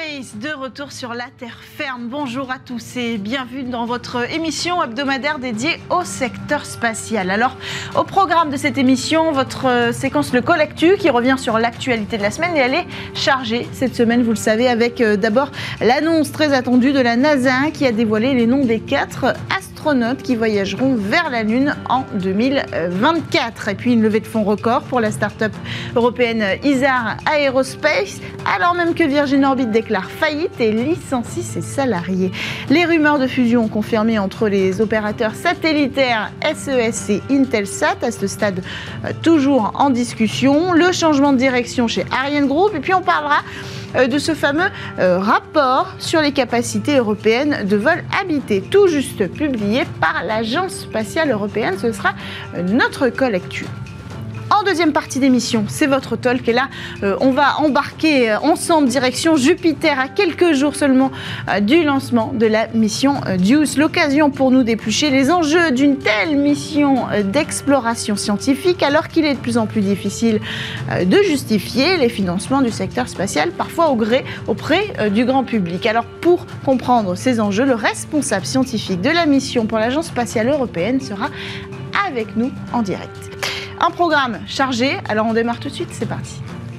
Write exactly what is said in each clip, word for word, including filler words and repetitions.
Space, de retour sur la terre ferme. Bonjour à tous et bienvenue dans votre émission hebdomadaire dédiée au secteur spatial. Alors, au programme de cette émission, votre séquence Le Collectu qui revient sur l'actualité de la semaine et elle est chargée cette semaine, vous le savez, avec euh, d'abord l'annonce très attendue de la NASA qui a dévoilé les noms des quatre astronautes qui voyageront vers la Lune en deux mille vingt-quatre. Et puis une levée de fonds record pour la start-up européenne Isar Aerospace, alors même que Virgin Orbit déclare faillite et licencie ses salariés. Les rumeurs de fusion confirmées entre les opérateurs satellitaires S E S et Intelsat, à ce stade euh, toujours en discussion. Le changement de direction chez Ariane Group. Et puis on parlera euh, de ce fameux euh, rapport sur les capacités européennes de vol habité, tout juste publié par l'Agence spatiale européenne. Ce sera euh, notre Collectu. En deuxième partie d'émission, c'est votre talk et là, euh, on va embarquer euh, ensemble direction Jupiter à quelques jours seulement euh, du lancement de la mission euh, JUICE. L'occasion pour nous d'éplucher les enjeux d'une telle mission euh, d'exploration scientifique alors qu'il est de plus en plus difficile euh, de justifier les financements du secteur spatial, parfois au gré auprès euh, du grand public. Alors pour comprendre ces enjeux, le responsable scientifique de la mission pour l'Agence spatiale européenne sera avec nous en direct. Un programme chargé, alors on démarre tout de suite, c'est parti.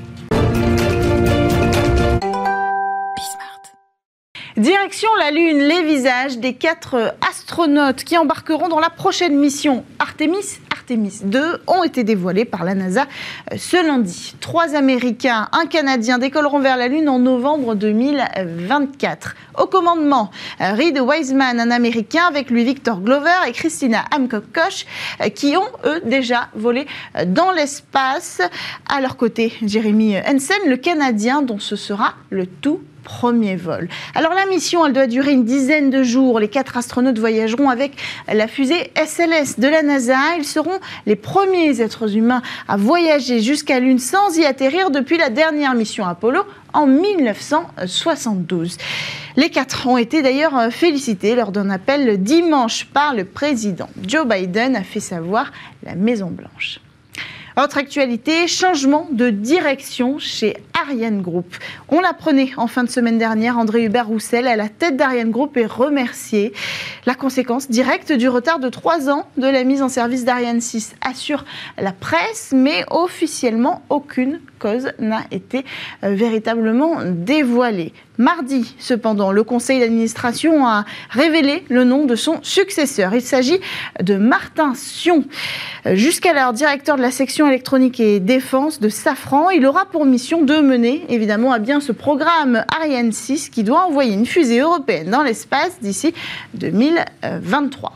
Direction la Lune, les visages des quatre astronautes qui embarqueront dans la prochaine mission Artemis. Artemis deux ont été dévoilés par la NASA ce lundi. Trois Américains, un Canadien décolleront vers la Lune en novembre deux mille vingt-quatre. Au commandement, Reed Wiseman, un Américain, avec lui Victor Glover et Christina Hamcock-Koch, qui ont, eux, déjà volé dans l'espace. À leur côté, Jeremy Hansen, le Canadien, dont ce sera le tout premier vol. Alors la mission, elle doit durer une dizaine de jours. Les quatre astronautes voyageront avec la fusée S L S de la NASA. Ils seront les premiers êtres humains à voyager jusqu'à Lune sans y atterrir depuis la dernière mission Apollo en mille neuf cent soixante-douze. Les quatre ont été d'ailleurs félicités lors d'un appel dimanche par le président Joe Biden, a fait savoir la Maison-Blanche. Autre actualité, changement de direction chez Ariane Group. On l'apprenait en fin de semaine dernière, André Hubert-Roussel, à la tête d'Ariane Group, est remercié. La conséquence directe du retard de trois ans de la mise en service d'Ariane six, assure la presse, mais officiellement aucune cause n'a été euh, véritablement dévoilée. Mardi, cependant, le conseil d'administration a révélé le nom de son successeur. Il s'agit de Martin Sion. Jusqu'alors directeur de la section électronique et défense de Safran, il aura pour mission de mener évidemment à bien ce programme Ariane six qui doit envoyer une fusée européenne dans l'espace d'ici deux mille vingt-trois.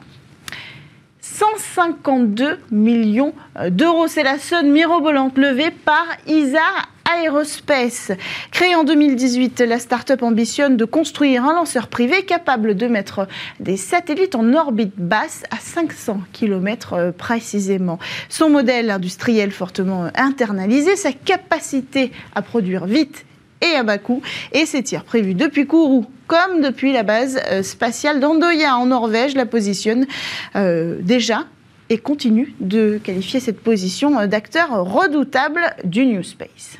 cent cinquante-deux millions d'euros, c'est la somme mirobolante levée par Isar Aerospace. Créée en deux mille dix-huit, la start-up ambitionne de construire un lanceur privé capable de mettre des satellites en orbite basse à cinq cents kilomètres précisément. Son modèle industriel fortement internalisé, sa capacité à produire vite et à bas coût, et ses tirs prévus depuis Kourou comme depuis la base spatiale d'Andoya en Norvège la positionne euh, déjà et continue de qualifier cette position d'acteur redoutable du New Space.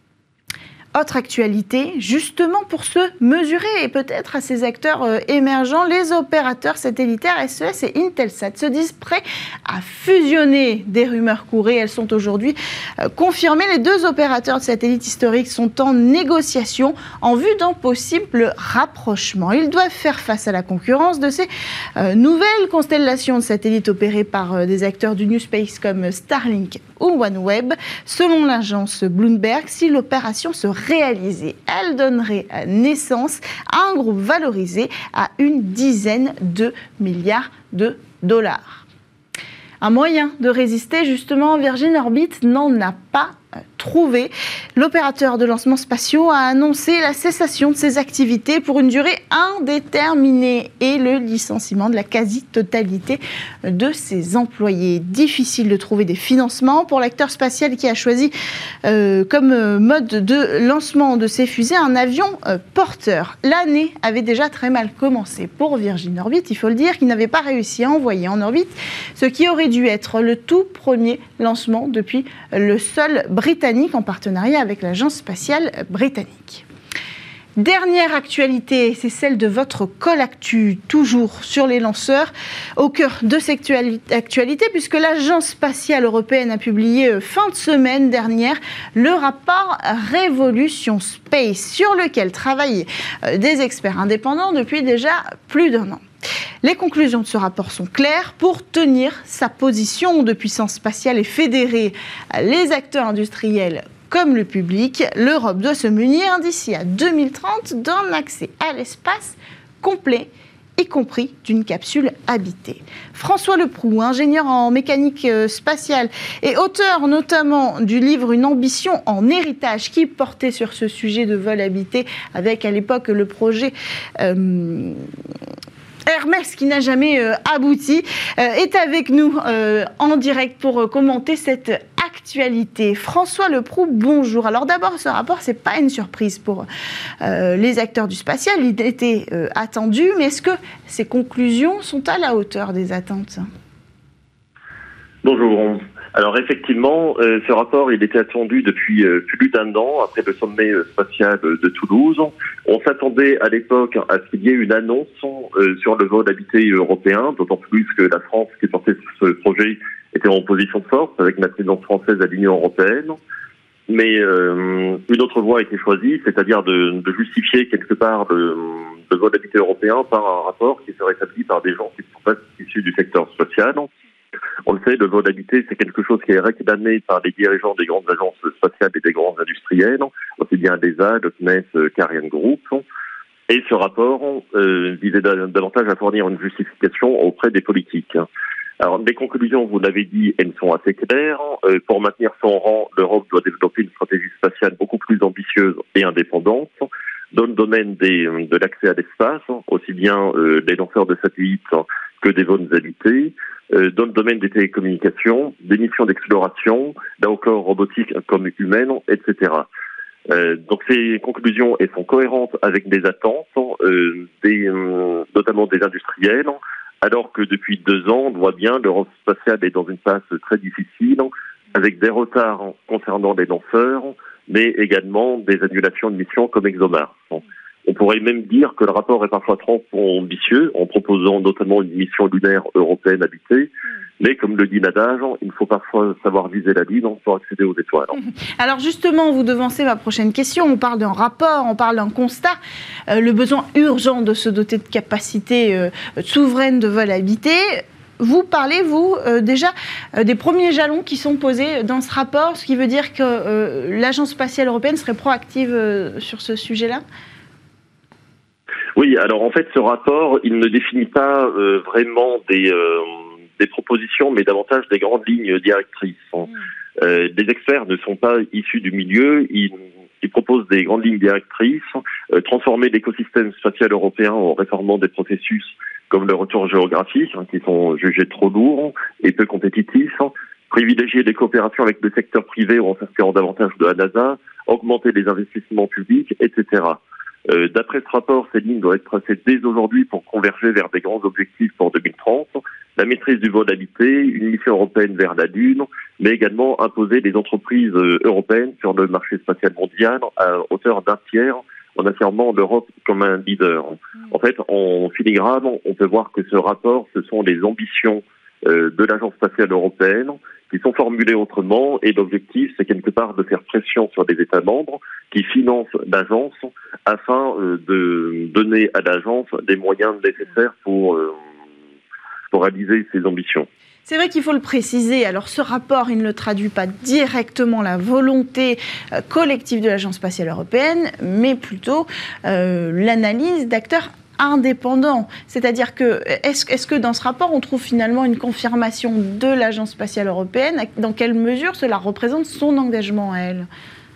Autre actualité, justement pour se mesurer et peut-être à ces acteurs euh, émergents, les opérateurs satellitaires S E S et Intelsat se disent prêts à fusionner. Des rumeurs couraient, elles sont aujourd'hui euh, confirmées. Les deux opérateurs de satellites historiques sont en négociation en vue d'un possible rapprochement. Ils doivent faire face à la concurrence de ces euh, nouvelles constellations de satellites opérées par euh, des acteurs du New Space comme Starlink ou OneWeb. Selon l'agence Bloomberg, si l'opération se réalisée, elle donnerait naissance à un groupe valorisé à une dizaine de milliards de dollars. Un moyen de résister, justement, Virgin Orbit n'en a pas trouvé. L'opérateur de lancements spatiaux a annoncé la cessation de ses activités pour une durée indéterminée et le licenciement de la quasi-totalité de ses employés. Difficile de trouver des financements pour l'acteur spatial qui a choisi euh, comme mode de lancement de ses fusées un avion euh, porteur. L'année avait déjà très mal commencé pour Virgin Orbit, il faut le dire, qui n'avait pas réussi à envoyer en orbite ce qui aurait dû être le tout premier lancement depuis le sol britannique en partenariat avec l'agence spatiale britannique. Dernière actualité, c'est celle de votre Colactu, toujours sur les lanceurs, au cœur de cette actualité, puisque l'Agence spatiale européenne a publié fin de semaine dernière le rapport Révolution Space, sur lequel travaillent des experts indépendants depuis déjà plus d'un an. Les conclusions de ce rapport sont claires. Pour tenir sa position de puissance spatiale et fédérer les acteurs industriels comme le public, l'Europe doit se munir d'ici à deux mille trente d'un accès à l'espace complet, y compris d'une capsule habitée. François Leproux, ingénieur en mécanique spatiale et auteur notamment du livre Une ambition en héritage, qui portait sur ce sujet de vol habité, avec à l'époque le projet euh, Hermès qui n'a jamais euh, abouti, euh, est avec nous euh, en direct pour euh, commenter cette actualité. François Leproux, bonjour. Alors d'abord, ce rapport, c'est pas une surprise pour euh, les acteurs du spatial, il était euh, attendu, mais est-ce que ces conclusions sont à la hauteur des attentes ? Bonjour. Alors effectivement, euh, ce rapport, il était attendu depuis euh, plus d'un an, après le sommet euh, spatial de Toulouse. On s'attendait à l'époque à ce qu'il y ait une annonce euh, sur le vol habité européen, d'autant plus que la France, qui est portée sur ce projet, était en position de force avec la présidence française à l'Union européenne. Mais euh, une autre voie a été choisie, c'est-à-dire de, de justifier quelque part le, le vol habité européen par un rapport qui serait établi par des gens qui ne sont pas issus du secteur spatial. On le sait, le vol habité, c'est quelque chose qui est réclamé par les dirigeants des grandes agences spatiales et des grands industriels, aussi bien l'E S A, le C N E S qu'Ariane Group. Et ce rapport euh, visait davantage à fournir une justification auprès des politiques. Alors, les conclusions, vous l'avez dit, elles sont assez claires. Euh, pour maintenir son rang, l'Europe doit développer une stratégie spatiale beaucoup plus ambitieuse et indépendante dans le domaine des, de l'accès à l'espace, aussi bien euh, des lanceurs de satellites que des vols habités, euh, dans le domaine des télécommunications, des missions d'exploration, là encore robotique comme humaine, et cetera. Euh, donc ces conclusions, elles sont cohérentes avec des attentes, euh, des, euh, notamment des industriels, alors que depuis deux ans, on voit bien, l'Europe spatiale est dans une phase très difficile, avec des retards concernant les lanceurs, mais également des annulations de missions comme ExoMars. On pourrait même dire que le rapport est parfois trop ambitieux, en proposant notamment une mission lunaire européenne habitée, mais comme le dit l'adage, il faut parfois savoir viser la Lune pour accéder aux étoiles. Alors justement, vous devancez ma prochaine question. On parle d'un rapport, on parle d'un constat, euh, le besoin urgent de se doter de capacités euh, souveraines de vol habité. Vous parlez, vous, euh, déjà euh, des premiers jalons qui sont posés dans ce rapport, ce qui veut dire que euh, l'Agence spatiale européenne serait proactive euh, sur ce sujet-là ? Oui, alors en fait, ce rapport, il ne définit pas euh, vraiment des... Euh, des propositions, mais davantage des grandes lignes directrices. Mmh. Euh, les experts ne sont pas issus du milieu, ils, ils proposent des grandes lignes directrices, euh, transformer l'écosystème spatial européen en réformant des processus comme le retour géographique, hein, qui sont jugés trop lourds et peu compétitifs, hein, privilégier des coopérations avec le secteur privé en s'inspirant davantage de la NASA, augmenter les investissements publics, et cetera. Euh, d'après ce rapport, ces lignes doivent être tracées dès aujourd'hui pour converger vers des grands objectifs pour deux mille trente, la maîtrise du vol habité, une mission européenne vers la Lune, mais également imposer les entreprises européennes sur le marché spatial mondial à hauteur d'un tiers, en affirmant l'Europe comme un leader. En fait, en filigrane, on peut voir que ce rapport, ce sont les ambitions euh, de l'Agence spatiale européenne qui sont formulées autrement, et l'objectif, c'est quelque part de faire pression sur les États membres qui financent l'agence afin euh, de donner à l'agence des moyens nécessaires pour, euh, pour réaliser ses ambitions. C'est vrai qu'il faut le préciser. Alors, ce rapport, il ne traduit pas directement la volonté euh, collective de l'Agence spatiale européenne, mais plutôt euh, l'analyse d'acteurs indépendants. C'est-à-dire que, est-ce, est-ce que dans ce rapport, on trouve finalement une confirmation de l'Agence spatiale européenne ? Dans quelle mesure cela représente son engagement à elle ?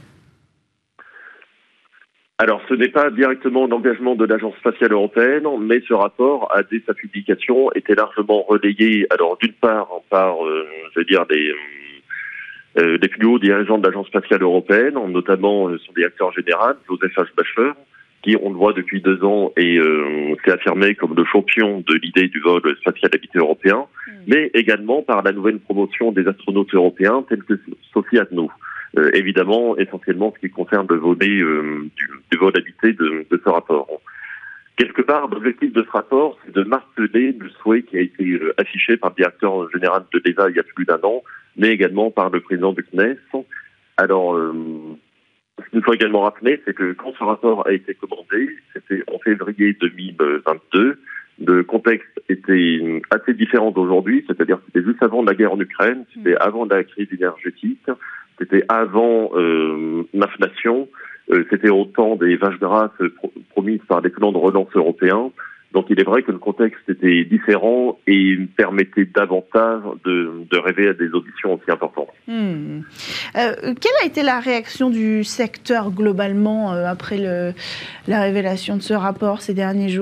Alors, ce n'est pas directement l'engagement de l'Agence spatiale européenne, mais ce rapport, à dès sa publication, était largement relayé, alors d'une part par, euh, je veux dire, des, euh, des plus hauts dirigeants de l'Agence spatiale européenne, notamment euh, son directeur général, Joseph H. Bachelet, qui, on le voit depuis deux ans, et euh, s'est affirmé comme le champion de l'idée du vol spatial habité européen, mmh. mais également par la nouvelle promotion des astronautes européens, tels que Sophie Adno. euh, évidemment essentiellement ce qui concerne le volet euh, du, du vol habité de, de ce rapport. Quelque part, l'objectif de ce rapport, c'est de marteler le souhait qui a été euh, affiché par le directeur général de l'E S A il y a plus d'un an, mais également par le président du C N E S. Alors, euh, ce qu'il faut également rappeler, c'est que quand ce rapport a été commandé, c'était en février deux mille vingt-deux, le contexte était assez différent d'aujourd'hui, c'est-à-dire que c'était juste avant la guerre en Ukraine, c'était avant la crise énergétique, c'était avant euh, l'inflation, euh, c'était au temps des vaches grasses pro- promises par les plans de relance européens. Donc il est vrai que le contexte était différent et permettait davantage de, de rêver à des auditions aussi importantes. Hmm. Euh, quelle a été la réaction du secteur globalement euh, après le, la révélation de ce rapport ces derniers jours ?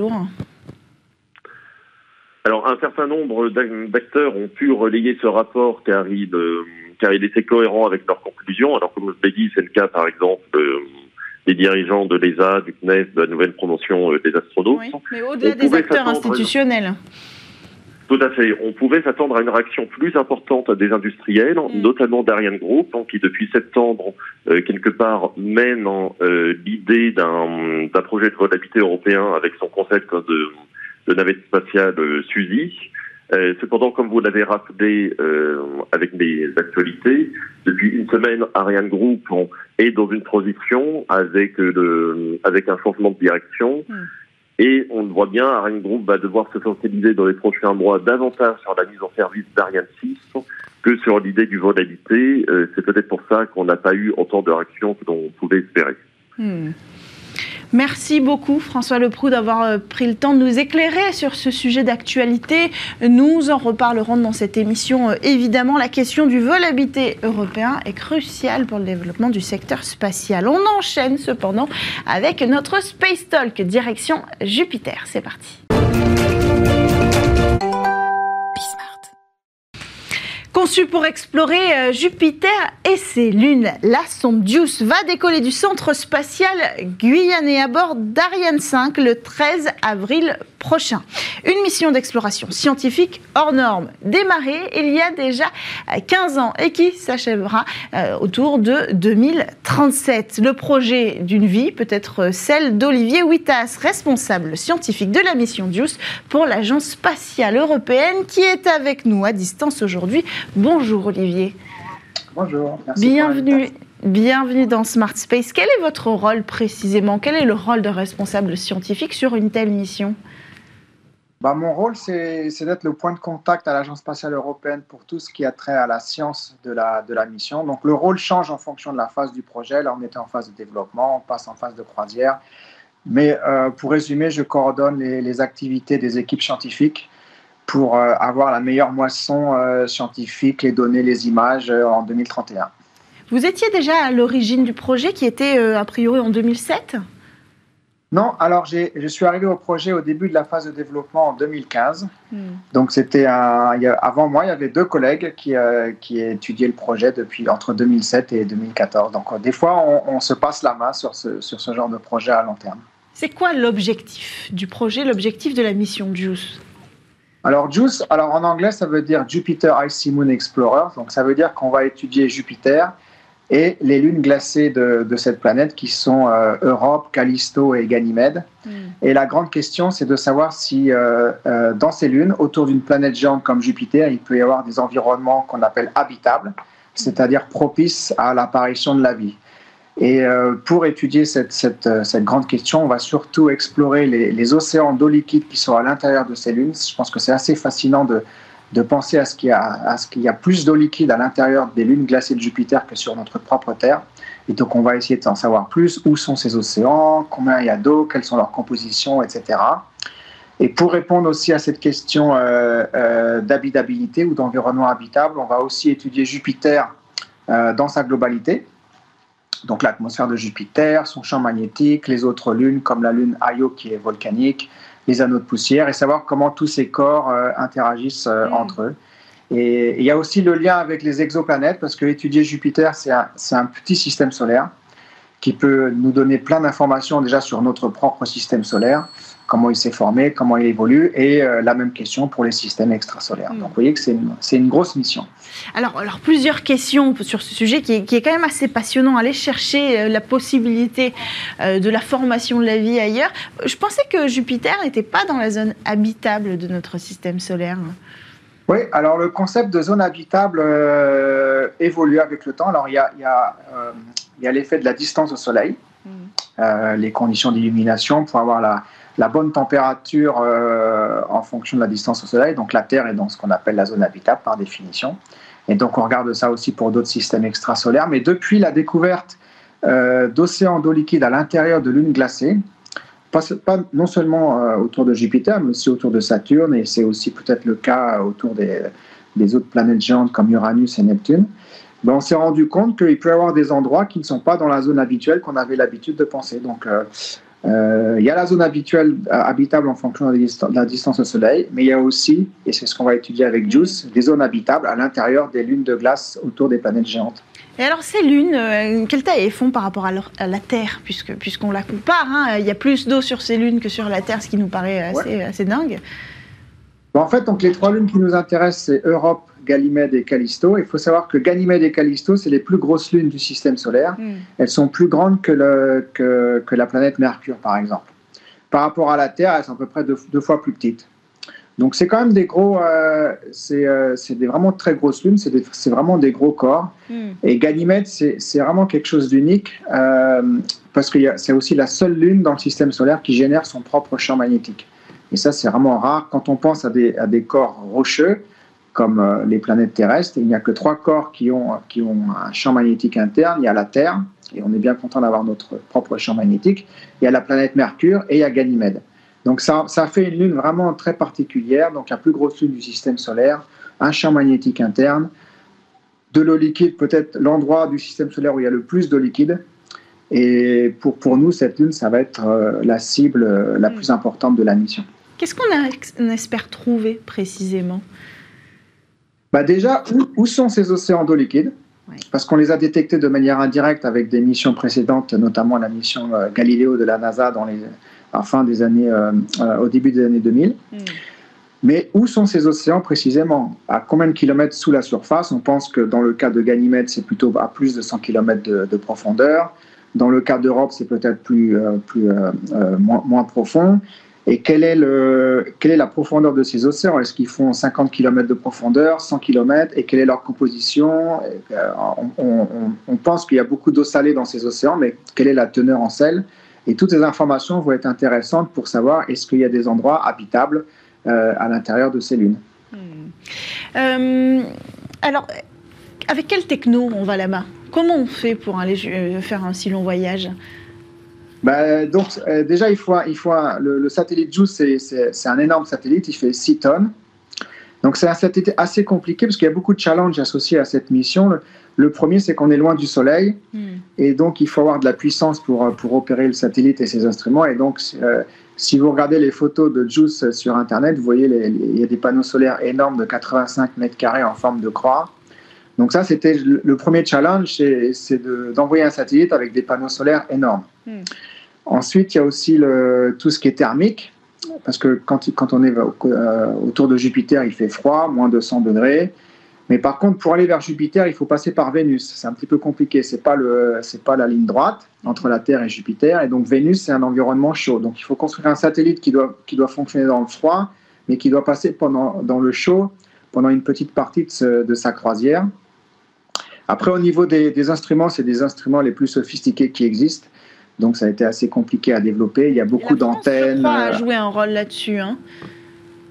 Alors un certain nombre d'acteurs ont pu relayer ce rapport car il, euh, car il était cohérent avec leurs conclusions. Alors comme je l'ai dit, c'est le cas par exemple euh, des dirigeants de l'E S A, du C N E S, de la nouvelle promotion euh, des astronautes. Oui, mais au-delà des acteurs institutionnels. Tout à fait. On pouvait s'attendre à une réaction plus importante des industriels, mmh. notamment d'Ariane Group, hein, qui depuis septembre, euh, quelque part, mène euh, l'idée d'un, d'un projet de vol habité européen avec son concept de, de navette spatiale euh, Suzy. Euh, cependant, comme vous l'avez rappelé euh, avec les actualités, depuis une semaine, Ariane Group on, est dans une transition avec, le, avec un changement de direction. Mmh. Et on le voit bien, Ariane Group va devoir se focaliser dans les prochains mois davantage sur la mise en service d'Ariane six que sur l'idée du vol habité. Euh, c'est peut-être pour ça qu'on n'a pas eu autant de réactions que l'on pouvait espérer. Mmh. Merci beaucoup François Leproux d'avoir pris le temps de nous éclairer sur ce sujet d'actualité. Nous en reparlerons dans cette émission. Évidemment, la question du vol habité européen est cruciale pour le développement du secteur spatial. On enchaîne cependant avec notre Space Talk, direction Jupiter. C'est parti. Conçue pour explorer Jupiter et ses lunes, la sonde JUICE va décoller du centre spatial guyanais à bord d'Ariane cinq le treize avril prochain. Une mission d'exploration scientifique hors norme, démarrée il y a déjà quinze ans et qui s'achèvera autour de deux mille trente-sept. Le projet d'une vie peut être celle d'Olivier Huitas, responsable scientifique de la mission JUICE pour l'Agence spatiale européenne, qui est avec nous à distance aujourd'hui. Bonjour Olivier. Bonjour. Merci. Bienvenue, bienvenue dans Smart Space. Quel est votre rôle précisément ? Quel est le rôle de responsable scientifique sur une telle mission ? Bah, mon rôle, c'est, c'est d'être le point de contact à l'Agence spatiale européenne pour tout ce qui a trait à la science de la, de la mission. Donc le rôle change en fonction de la phase du projet. Là, on était en phase de développement, on passe en phase de croisière. Mais euh, pour résumer, je coordonne les, les activités des équipes scientifiques pour euh, avoir la meilleure moisson euh, scientifique, les données, les images euh, en deux mille trente et un. Vous étiez déjà à l'origine du projet qui était euh, a priori en deux mille sept ? Non, alors j'ai, je suis arrivé au projet au début de la phase de développement en deux mille quinze. Hmm. Donc c'était un, il y a, avant moi, il y avait deux collègues qui, euh, qui étudiaient le projet depuis entre deux mille sept et deux mille quatorze. Donc euh, des fois, on, on se passe la main sur ce, sur ce genre de projet à long terme. C'est quoi l'objectif du projet, l'objectif de la mission JUICE ? Alors, JUICE, alors en anglais, ça veut dire Jupiter Icy Moon Explorer. Donc, ça veut dire qu'on va étudier Jupiter et les lunes glacées de, de cette planète qui sont euh, Europe, Callisto et Ganymède. Mm. Et la grande question, c'est de savoir si euh, euh, dans ces lunes, autour d'une planète géante comme Jupiter, il peut y avoir des environnements qu'on appelle habitables, c'est-à-dire propices à l'apparition de la vie. Et euh, pour étudier cette, cette, cette grande question, on va surtout explorer les, les océans d'eau liquide qui sont à l'intérieur de ces lunes. Je pense que c'est assez fascinant de, de penser à ce, qu'il y a, à ce qu'il y a plus d'eau liquide à l'intérieur des lunes glacées de Jupiter que sur notre propre Terre. Et donc on va essayer d'en savoir plus. Où sont ces océans ? Combien il y a d'eau ? Quelles sont leurs compositions ? Etc. Et pour répondre aussi à cette question euh, euh, d'habitabilité ou d'environnement habitable, on va aussi étudier Jupiter euh, dans sa globalité. Donc l'atmosphère de Jupiter, son champ magnétique, les autres lunes comme la lune Io qui est volcanique, les anneaux de poussière, et savoir comment tous ces corps euh, interagissent euh, mmh. entre eux. Et il y a aussi le lien avec les exoplanètes, parce que étudier Jupiter, c'est un, c'est un petit système solaire qui peut nous donner plein d'informations déjà sur notre propre système solaire, comment il s'est formé, comment il évolue, et euh, la même question pour les systèmes extrasolaires. Mmh. Donc vous voyez que c'est une, c'est une grosse mission. Alors, alors, plusieurs questions sur ce sujet qui est, qui est quand même assez passionnant. Aller chercher euh, la possibilité euh, de la formation de la vie ailleurs. Je pensais que Jupiter n'était pas dans la zone habitable de notre système solaire. Oui, alors le concept de zone habitable euh, évolue avec le temps. Alors il y a, il y a, euh, il y a l'effet de la distance au Soleil, mmh. euh, les conditions d'illumination pour avoir la, la bonne température euh, en fonction de la distance au Soleil. Donc la Terre est dans ce qu'on appelle la zone habitable par définition. Et donc on regarde ça aussi pour d'autres systèmes extrasolaires. Mais depuis la découverte euh, d'océans d'eau liquide à l'intérieur de lunes glacées, pas, pas non seulement euh, autour de Jupiter, mais aussi autour de Saturne, et c'est aussi peut-être le cas autour des, des autres planètes géantes comme Uranus et Neptune, ben on s'est rendu compte qu'il peut y avoir des endroits qui ne sont pas dans la zone habituelle qu'on avait l'habitude de penser. Donc euh, Euh, il y a la zone habituelle euh, habitable en fonction de la, de la distance au Soleil, mais il y a aussi, et c'est ce qu'on va étudier avec JUICE, des zones habitables à l'intérieur des lunes de glace autour des planètes géantes. Et alors ces lunes, euh, quelle taille elles font par rapport à, leur, à la Terre, puisque, puisqu'on la compare, hein, il y a plus d'eau sur ces lunes que sur la Terre, ce qui nous paraît assez, ouais. assez dingue. Bon, en fait, donc, les trois lunes qui nous intéressent, c'est Europe, Ganymède et Callisto. Il faut savoir que Ganymède et Callisto, c'est les plus grosses lunes du système solaire. Mm. Elles sont plus grandes que, le, que, que la planète Mercure, par exemple. Par rapport à la Terre, elles sont à peu près deux, deux fois plus petites. Donc c'est quand même des gros, euh, c'est, euh, c'est des vraiment très grosses lunes, c'est, des, c'est vraiment des gros corps. Mm. Et Ganymède, c'est, c'est vraiment quelque chose d'unique euh, parce que c'est aussi la seule lune dans le système solaire qui génère son propre champ magnétique. Et ça, c'est vraiment rare. Quand on pense à des, à des corps rocheux, comme euh, les planètes terrestres, il n'y a que trois corps qui ont, qui ont un champ magnétique interne. Il y a la Terre, et on est bien content d'avoir notre propre champ magnétique. Il y a la planète Mercure et il y a Ganymède. Donc ça, ça fait une lune vraiment très particulière, donc la plus grosse lune du système solaire, un champ magnétique interne, de l'eau liquide, peut-être l'endroit du système solaire où il y a le plus d'eau liquide. Et pour, pour nous, cette lune, ça va être euh, la cible euh, la plus importante de la mission. Qu'est-ce qu'on a, on espère trouver précisément ? Bah déjà, où, où sont ces océans d'eau liquide ? Oui. Parce qu'on les a détectés de manière indirecte avec des missions précédentes, notamment la mission euh, Galileo de la NASA dans les, à la fin des années, euh, euh, au début des années deux mille. Mm. Mais où sont ces océans précisément ? À combien de kilomètres sous la surface ? On pense que dans le cas de Ganymède, c'est plutôt à plus de cent kilomètres de, de profondeur. Dans le cas d'Europe, c'est peut-être plus, euh, plus, euh, euh, moins, moins profond. Et quelle est, le, quelle est la profondeur de ces océans ? Est-ce qu'ils font cinquante kilomètres de profondeur, cent kilomètres ? Et quelle est leur composition ? on, on, on pense qu'il y a beaucoup d'eau salée dans ces océans, mais quelle est la teneur en sel ? Et toutes ces informations vont être intéressantes pour savoir est-ce qu'il y a des endroits habitables euh, à l'intérieur de ces lunes. Hmm. Euh, alors, avec quelle techno on va là-bas ? Comment on fait pour aller faire un si long voyage ? Ben, donc, euh, déjà, il faut, il faut un, le, le satellite JUICE, c'est, c'est, c'est un énorme satellite, il fait six tonnes. Donc, c'est un satellite assez compliqué parce qu'il y a beaucoup de challenges associés à cette mission. Le, le premier, c'est qu'on est loin du Soleil mm. et donc il faut avoir de la puissance pour, pour opérer le satellite et ses instruments. Et donc, euh, si vous regardez les photos de JUICE sur Internet, vous voyez, les, les, il y a des panneaux solaires énormes de quatre-vingt-cinq mètres carrés en forme de croix. Donc ça, c'était le, le premier challenge, c'est, c'est de, d'envoyer un satellite avec des panneaux solaires énormes. Mm. Ensuite, il y a aussi le, tout ce qui est thermique, parce que quand, quand on est euh, autour de Jupiter, il fait froid, moins de cent degrés. Mais par contre, pour aller vers Jupiter, il faut passer par Vénus. C'est un petit peu compliqué, ce n'est pas, pas la ligne droite entre la Terre et Jupiter. Et donc Vénus, c'est un environnement chaud. Donc il faut construire un satellite qui doit, qui doit fonctionner dans le froid, mais qui doit passer pendant, dans le chaud pendant une petite partie de, ce, de sa croisière. Après, au niveau des, des instruments, c'est des instruments les plus sophistiqués qui existent. Donc, ça a été assez compliqué à développer. Il y a beaucoup la France, d'antennes. Je crois, a joué un rôle là-dessus. Hein. Comment ?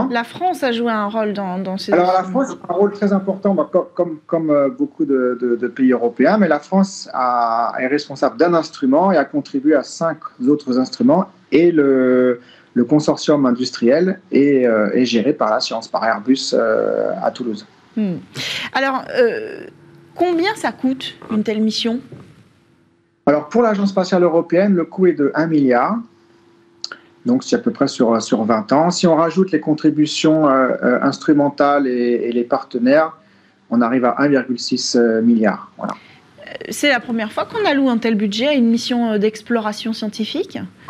La France a joué un rôle dans, dans ces... Alors, la France a un rôle très important, bah, comme, comme, comme beaucoup de, de, de pays européens, mais la France a, est responsable d'un instrument et a contribué à cinq autres instruments. Et le, le consortium industriel est, euh, est géré par la science, par Airbus euh, à Toulouse. Hmm. Alors, euh, combien ça coûte une telle mission ? Alors, pour l'Agence spatiale européenne, le coût est de un milliard. Donc, c'est à peu près sur, sur vingt ans. Si on rajoute les contributions euh, instrumentales et, et les partenaires, on arrive à un virgule six milliard. Voilà. C'est la première fois qu'on alloue un tel budget à une mission d'exploration scientifique ?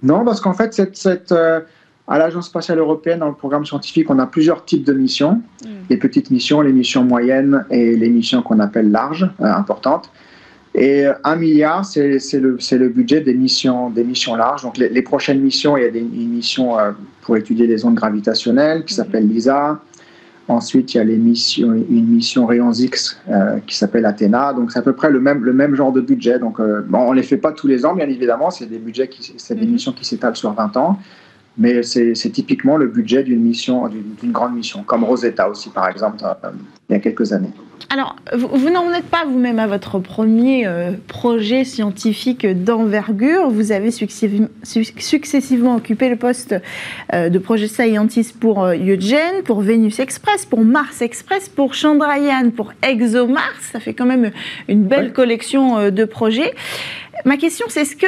Non, parce qu'en fait, cette, cette, euh, à l'Agence spatiale européenne, dans le programme scientifique, on a plusieurs types de missions. Mm. Les petites missions, les missions moyennes et les missions qu'on appelle larges, euh, importantes. Et un milliard, c'est, c'est, le, c'est le budget des missions, des missions larges. Donc les, les prochaines missions, il y a des, une mission euh, pour étudier les ondes gravitationnelles qui mm. s'appelle LISA. Ensuite, il y a les missions, une mission rayons X euh, qui s'appelle Athéna. Donc, c'est à peu près le même, le même genre de budget. Donc, euh, bon, on ne les fait pas tous les ans, bien évidemment. C'est des budgets, qui, c'est des mm-hmm. missions qui s'étalent sur vingt ans. Mais c'est, c'est typiquement le budget d'une mission, d'une, d'une grande mission, comme Rosetta aussi, par exemple, euh, il y a quelques années. Alors, vous, vous n'en êtes pas vous-même à votre premier euh, projet scientifique d'envergure. Vous avez successivement, successivement occupé le poste euh, de projet scientist pour euh, Eugene, pour Vénus Express, pour Mars Express, pour Chandrayaan, pour ExoMars. Ça fait quand même une belle ouais. collection euh, de projets. Ma question, c'est est-ce que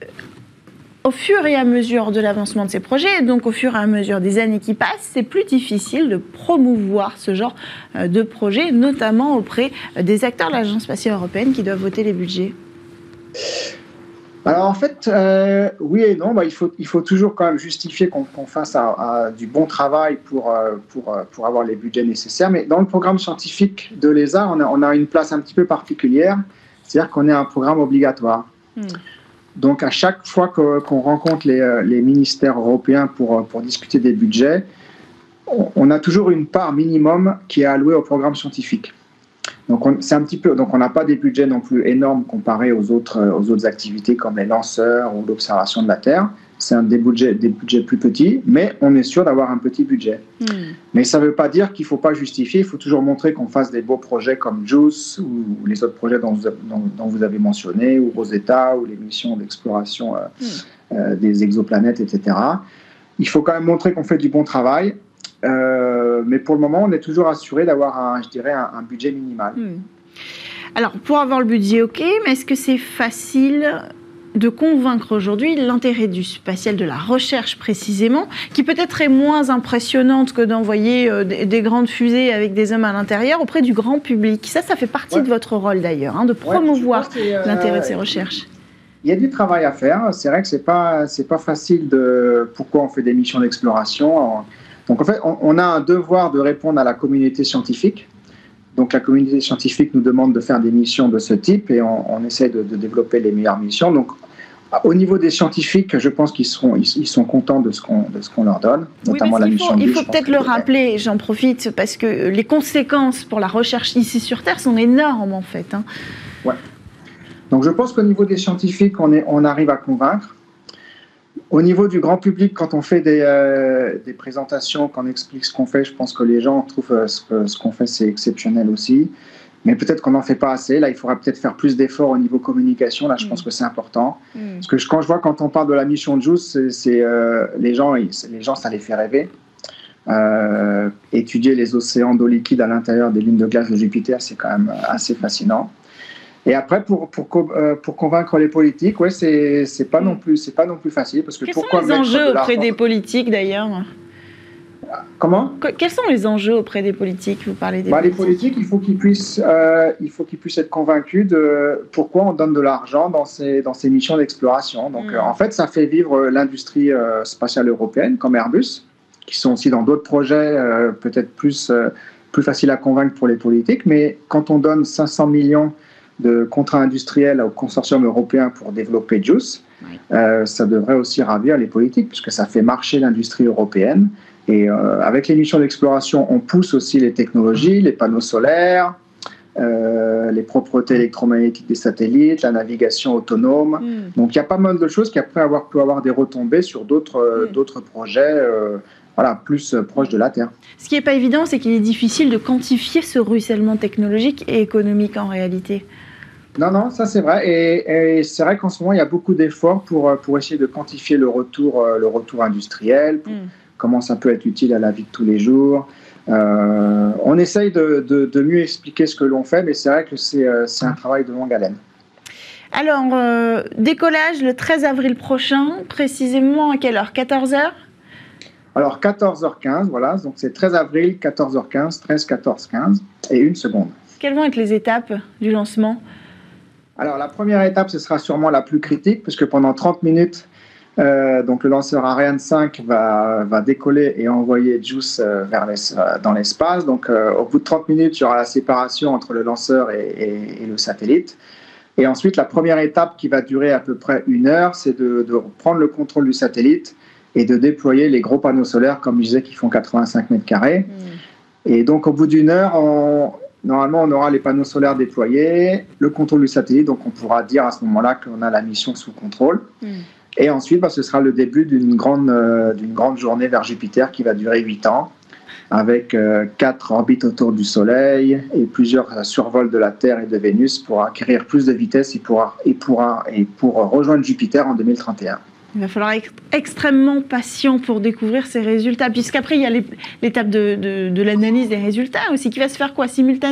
au fur et à mesure de l'avancement de ces projets, donc au fur et à mesure des années qui passent, c'est plus difficile de promouvoir ce genre de projet, notamment auprès des acteurs de l'Agence spatiale européenne qui doivent voter les budgets? Alors en fait, euh, oui et non, bah, il, faut, il faut toujours quand même justifier qu'on, qu'on fasse à, à du bon travail pour, pour, pour avoir les budgets nécessaires. Mais dans le programme scientifique de l'E S A, on a, on a une place un petit peu particulière, c'est-à-dire qu'on est un programme obligatoire. Hmm. Donc, à chaque fois que, qu'on rencontre les, les ministères européens pour, pour discuter des budgets, on, on a toujours une part minimum qui est allouée au programme scientifique. Donc, on, c'est un petit peu, donc on n'a pas des budgets non plus énormes comparés aux autres, aux autres activités comme les lanceurs ou l'observation de la Terre. C'est un des budgets, des budgets plus petits, mais on est sûr d'avoir un petit budget. Mmh. Mais ça ne veut pas dire qu'il ne faut pas justifier. Il faut toujours montrer qu'on fasse des beaux projets comme JUICE ou les autres projets dont vous, dont, dont vous avez mentionné, ou Rosetta, ou les missions d'exploration euh, mmh. euh, des exoplanètes, et cetera. Il faut quand même montrer qu'on fait du bon travail. Euh, mais pour le moment, on est toujours assuré d'avoir, un, je dirais, un, un budget minimal. Mmh. Alors, pour avoir le budget, ok, mais est-ce que c'est facile de convaincre aujourd'hui l'intérêt du spatial, de la recherche précisément, qui peut-être est moins impressionnante que d'envoyer euh, des, des grandes fusées avec des hommes à l'intérieur auprès du grand public. Ça, ça fait partie ouais. de votre rôle d'ailleurs, hein, de promouvoir ouais, euh, l'intérêt de ces recherches. Il y a du travail à faire. C'est vrai que c'est pas, c'est pas facile de... Pourquoi on fait des missions d'exploration? Donc en fait, on, on a un devoir de répondre à la communauté scientifique. Donc la communauté scientifique nous demande de faire des missions de ce type et on, on essaie de, de développer les meilleures missions. Donc au niveau des scientifiques, je pense qu'ils seront, ils, ils sont contents de ce qu'on, de ce qu'on leur donne, notamment oui, la il mission. Faut, de il faut peut-être le rappeler, j'en profite, parce que les conséquences pour la recherche ici sur Terre sont énormes en fait. Hein. Ouais. Donc je pense qu'au niveau des scientifiques, on, est, on arrive à convaincre. Au niveau du grand public, quand on fait des, euh, des présentations, qu'on explique ce qu'on fait, je pense que les gens trouvent euh, ce, que, ce qu'on fait, c'est exceptionnel aussi. Mais peut-être qu'on n'en fait pas assez. Là, il faudra peut-être faire plus d'efforts au niveau communication. Là, je mmh. pense que c'est important. Mmh. Parce que je, quand je vois, quand on parle de la mission de JUICE, c'est, c'est, euh, les, gens, ils, les gens, ça les fait rêver. Euh, étudier les océans d'eau liquide à l'intérieur des lunes de glace de Jupiter, c'est quand même assez fascinant. Et après, pour, pour, pour convaincre les politiques, ouais, c'est, c'est, pas non plus, c'est pas non plus facile. Parce que Quels pourquoi sont les enjeux auprès des politiques, d'ailleurs ? Comment ? Quels sont les enjeux auprès des politiques ? Vous parlez des bah, politiques. Les politiques, il faut qu'ils puissent, euh, il faut qu'ils puissent être convaincus de pourquoi on donne de l'argent dans ces, dans ces missions d'exploration. Donc, mmh. euh, en fait, ça fait vivre l'industrie euh, spatiale européenne, comme Airbus, qui sont aussi dans d'autres projets, euh, peut-être plus, euh, plus faciles à convaincre pour les politiques. Mais quand on donne cinq cents millions de contrats industriels au consortium européen pour développer JUICE, oui. euh, ça devrait aussi ravir les politiques, puisque ça fait marcher l'industrie européenne. Et euh, avec les missions d'exploration, on pousse aussi les technologies, les panneaux solaires, euh, les propretés électromagnétiques des satellites, la navigation autonome. Mm. Donc il y a pas mal de choses qui après avoir, peuvent avoir des retombées sur d'autres, mm. d'autres projets euh, voilà, plus euh, proches de la Terre. Ce qui n'est pas évident, c'est qu'il est difficile de quantifier ce ruissellement technologique et économique en réalité. Non, non, ça c'est vrai. Et, et c'est vrai qu'en ce moment, il y a beaucoup d'efforts pour, pour essayer de quantifier le retour, le retour industriel, pour, mm. comment ça peut être utile à la vie de tous les jours. Euh, on essaye de, de, de mieux expliquer ce que l'on fait, mais c'est vrai que c'est, c'est un travail de longue haleine. Alors, euh, décollage le treize avril prochain, précisément à quelle heure ? quatorze heures ? Alors, quatorze heures quinze, voilà. Donc, c'est treize avril, quatorze heures quinze, treize, quatorze, quinze, et une seconde. Quelles vont être les étapes du lancement ? Alors, la première étape, ce sera sûrement la plus critique, puisque pendant trente minutes, Euh, donc le lanceur Ariane cinq va, va décoller et envoyer JUICE euh, vers les, dans l'espace. Donc euh, au bout de trente minutes, il y aura la séparation entre le lanceur et, et, et le satellite. Et ensuite, la première étape qui va durer à peu près une heure, c'est de, de prendre le contrôle du satellite et de déployer les gros panneaux solaires, comme je disais, qui font quatre-vingt-cinq mètres carrés. Mmh. Et donc au bout d'une heure, on, normalement, on aura les panneaux solaires déployés, le contrôle du satellite, donc on pourra dire à ce moment-là qu'on a la mission sous contrôle. Mmh. Et ensuite, bah, ce sera le début d'une grande, euh, d'une grande journée vers Jupiter qui va durer huit ans, avec euh, quatre orbites autour du Soleil et plusieurs euh, survols de la Terre et de Vénus pour acquérir plus de vitesse et pour, et pour, et pour rejoindre Jupiter en deux mille trente et un. Il va falloir être extrêmement patient pour découvrir ces résultats, puisqu'après, il y a l'étape de, de, de l'analyse des résultats aussi, qui va se faire quoi, simultanément ?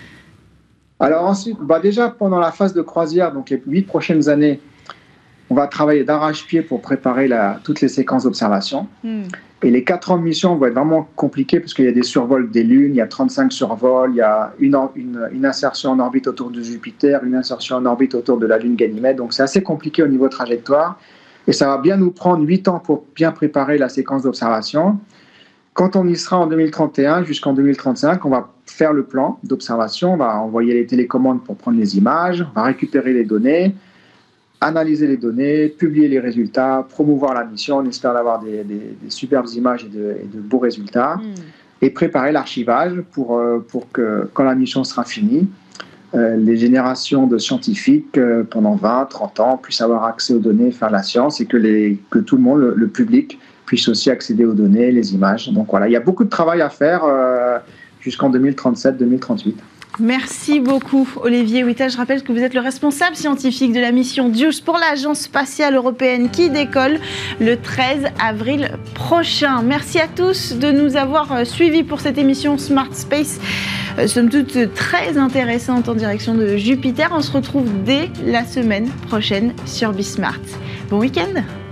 Alors ensuite, bah déjà pendant la phase de croisière, donc les huit prochaines années, on va travailler d'arrache-pied pour préparer la, toutes les séquences d'observation. Mm. Et les quatre ans de mission vont être vraiment compliqués parce qu'il y a des survols des lunes, il y a trente-cinq survols, il y a une, une, une insertion en orbite autour de Jupiter, une insertion en orbite autour de la lune Ganymède. Donc c'est assez compliqué au niveau trajectoire. Et ça va bien nous prendre huit ans pour bien préparer la séquence d'observation. Quand on y sera en deux mille trente et un jusqu'en deux mille trente-cinq, on va faire le plan d'observation, on va envoyer les télécommandes pour prendre les images, on va récupérer les données, analyser les données, publier les résultats, promouvoir la mission, on espère avoir des, des, des superbes images et de, et de beaux résultats, mmh. et préparer l'archivage pour, pour que, quand la mission sera finie, euh, les générations de scientifiques euh, pendant vingt, trente ans puissent avoir accès aux données, faire la science, et que, les, que tout le monde, le, le public, puisse aussi accéder aux données, les images. Donc voilà, il y a beaucoup de travail à faire euh, jusqu'en deux mille trente-sept, deux mille trente-huit. Merci beaucoup Olivier Witta. Je rappelle que vous êtes le responsable scientifique de la mission JUICE pour l'Agence spatiale européenne qui décolle le treize avril prochain. Merci à tous de nous avoir suivis pour cette émission Smart Space, somme toute très intéressante en direction de Jupiter. On se retrouve dès la semaine prochaine sur Bismart. Bon week-end.